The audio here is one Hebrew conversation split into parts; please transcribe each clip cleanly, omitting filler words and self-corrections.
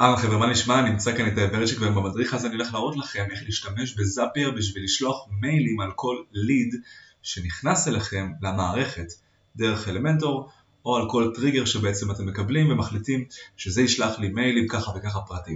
חבר'ה, מה נשמע? נמצא כאן את ורצ'יק, ובמדריך הזה אני הולך להראות לכם איך להשתמש בזאפייר בשביל לשלוח מיילים על כל ליד שנכנס אליכם למערכת דרך אלמנטור, או על כל טריגר שבעצם אתם מקבלים ומחליטים שזה ישלח לי מיילים ככה וככה פרטים.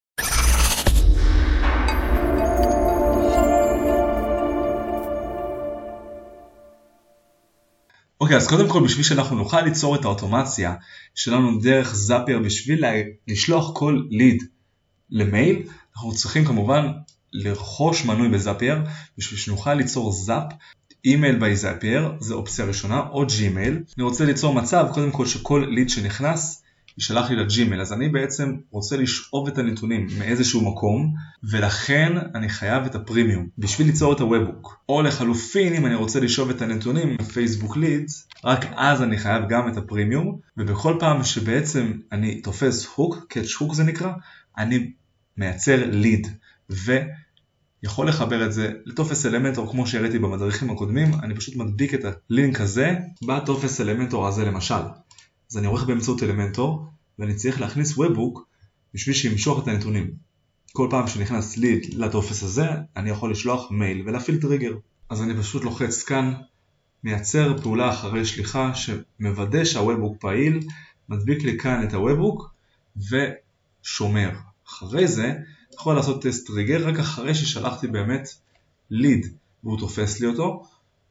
אוקיי, אז קודם כל בשביל שאנחנו נוכל ליצור את האוטומציה שלנו דרך זאפייר בשביל לשלוח כל ליד למייל, אנחנו צריכים כמובן לרכוש מנוי בזאפייר בשביל שנוכל ליצור זאפ, אימייל by זאפייר, זה אופציה ראשונה, או ג'ימייל. אני רוצה ליצור מצב קודם כל שכל ליד שנכנס ישלח לי לג'ימייל, אז אני בעצם רוצה לשאוב את הנתונים מאיזשהו מקום, ולכן אני חייב את הפרימיום בשביל ליצור את הוובוק. או לחלופין, אם אני רוצה לשאוב את הנתונים מפייסבוק לידס, רק אז אני חייב גם את הפרימיום, ובכל פעם שבעצם אני תופס הוק, קאץ' הוק זה נקרא, אני מייצר ליד, ויכול לחבר את זה לטופס אלמנטור כמו שהראיתי במדריכים הקודמים. אני פשוט מדביק את הלינק הזה בטופס אלמנטור הזה למשל. אז אני עורך באמצעות אלמנטור, ואני צריך להכניס ובוק בשביל שימשוך את הנתונים. כל פעם שנכנס ליד לטופס הזה, אני יכול לשלוח מייל ולהפעיל טריגר. אז אני פשוט לוחץ כאן, מייצר פעולה אחרי שליחה שמוודא שהוובוק פעיל, מדביק לי כאן את הוובוק ושומר. אחרי זה, יכול לעשות טסט טריגר רק אחרי ששלחתי באמת ליד, והוא תופס לי אותו.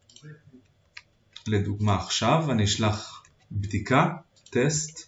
לדוגמה עכשיו, אני אשלח בדיקה, טסט.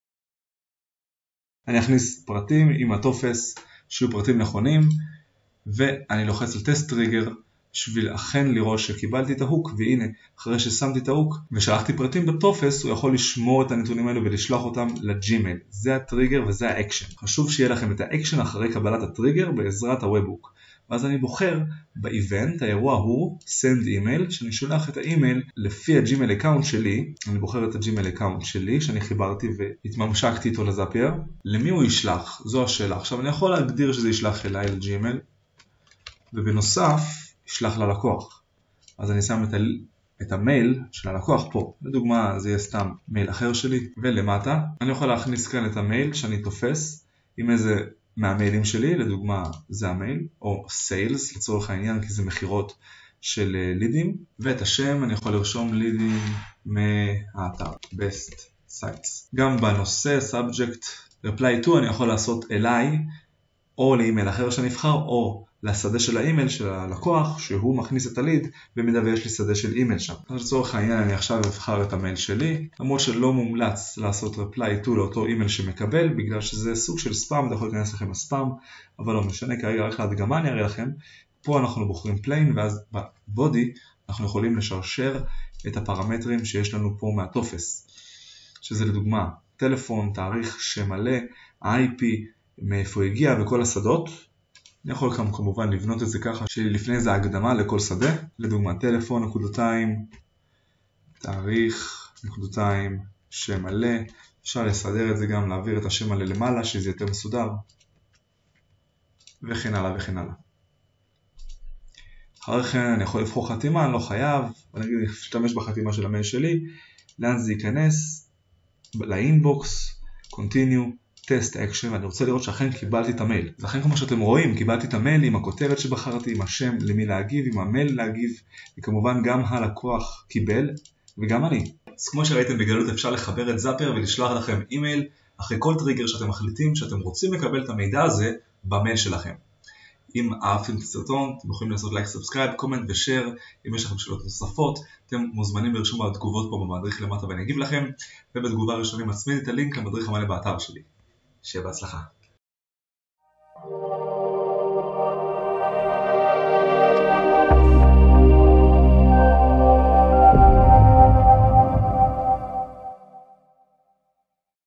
אני אכניס פרטים עם הטופס שיהיו פרטים נכונים, ואני לוחץ על טסט טריגר בשביל אכן לראות שקיבלתי את ההוק, והנה, אחרי ששמתי את ההוק ושלחתי פרטים בטופס, הוא יכול לשמור את הנתונים האלו ולשלוח אותם לג'ימייל. זה הטריגר וזה האקשן. חשוב שיהיה לכם את האקשן אחרי קבלת הטריגר בעזרת הוובוק. ואז אני בוחר באיבנט, האירוע הוא send email, שאני שולח את האימייל לפי הג'ימייל אקאונט שלי. אני בוחר את הג'ימייל אקאונט שלי שאני חיברתי והתממשקתי איתו לזאפייר. למי הוא ישלח? זו השאלה. עכשיו אני יכול להגדיר שזה ישלח אליי לג'ימייל, ובנוסף ישלח ללקוח. אז אני שם את המייל של הלקוח פה. לדוגמה זה יהיה סתם מייל אחר שלי, ולמטה אני יכול להכניס כאן את המייל שאני תופס עם איזה מהמיילים שלי, לדוגמה זה המייל, או סיילס לצורך העניין, כי זה מחירות של לידים, ואת השם אני יכול לרשום לידים מהאתר, best sites. גם בנושא subject reply to אני יכול לעשות אליי, או לאימייל אחר שנבחר, או לשדה של האימייל של הלקוח, שהוא מכניס את הליד, במידה ויש לי שדה של אימייל שם. אז לצורך העניין אני עכשיו אבחר את המייל שלי, למרות שלא מומלץ לעשות reply to לאותו אימייל שמקבל, בגלל שזה סוג של ספאם, זה יכול להיכנס לכם לספאם, אבל לא משנה, כרגע רק להדגמה אני אראה לכם. פה אנחנו בוחרים plain, ואז בבודי אנחנו יכולים לשרשר את הפרמטרים שיש לנו פה מהטופס, שזה לדוגמה טלפון, תאריך, שם מלא, IP, מאיפה הגיע וכל השדות. אני יכול כמובן לבנות את זה ככה שלפני זה הקדמה לכל שדה, לדוגמה טלפון, נקודותיים, תאריך, נקודותיים, שם מלא. אפשר לסדר את זה גם, להעביר את השם מלא למעלה שזה יותר מסודר, וכן הלאה וכן הלאה. אחרי כן אני יכול לבחור חתימה, אני לא חייב, אני אשתמש בחתימה של המייל שלי, לאן זה ייכנס, לאינבוקס, continue, טסט אקשן, ואני רוצה לראות שאכן קיבלתי את המייל. אז אכן כמו שאתם רואים, קיבלתי את המייל עם הכותרת שבחרתי, עם השם למי להגיב, עם המייל להגיב, וכמובן גם הלקוח קיבל, וגם אני. אז כמו שראיתם בגלות אפשר לחבר את זאפייר ולשלוח לכם אימייל אחרי כל טריגר שאתם מחליטים שאתם רוצים לקבל את המידע הזה במייל שלכם. אם אהבתם את הסרטון, אתם יכולים לעשות לייק, סאבסקרייב, קומנט ושאר. אם יש לכם שאלות נוספות, אתם מוזמנים לרשום בתגובות פה במדריך למטה ואני אגיב לכם, ובתגובה ראשונה מצמיד את הלינק למדריך המלא באתר שלי. שיהיה בהצלחה.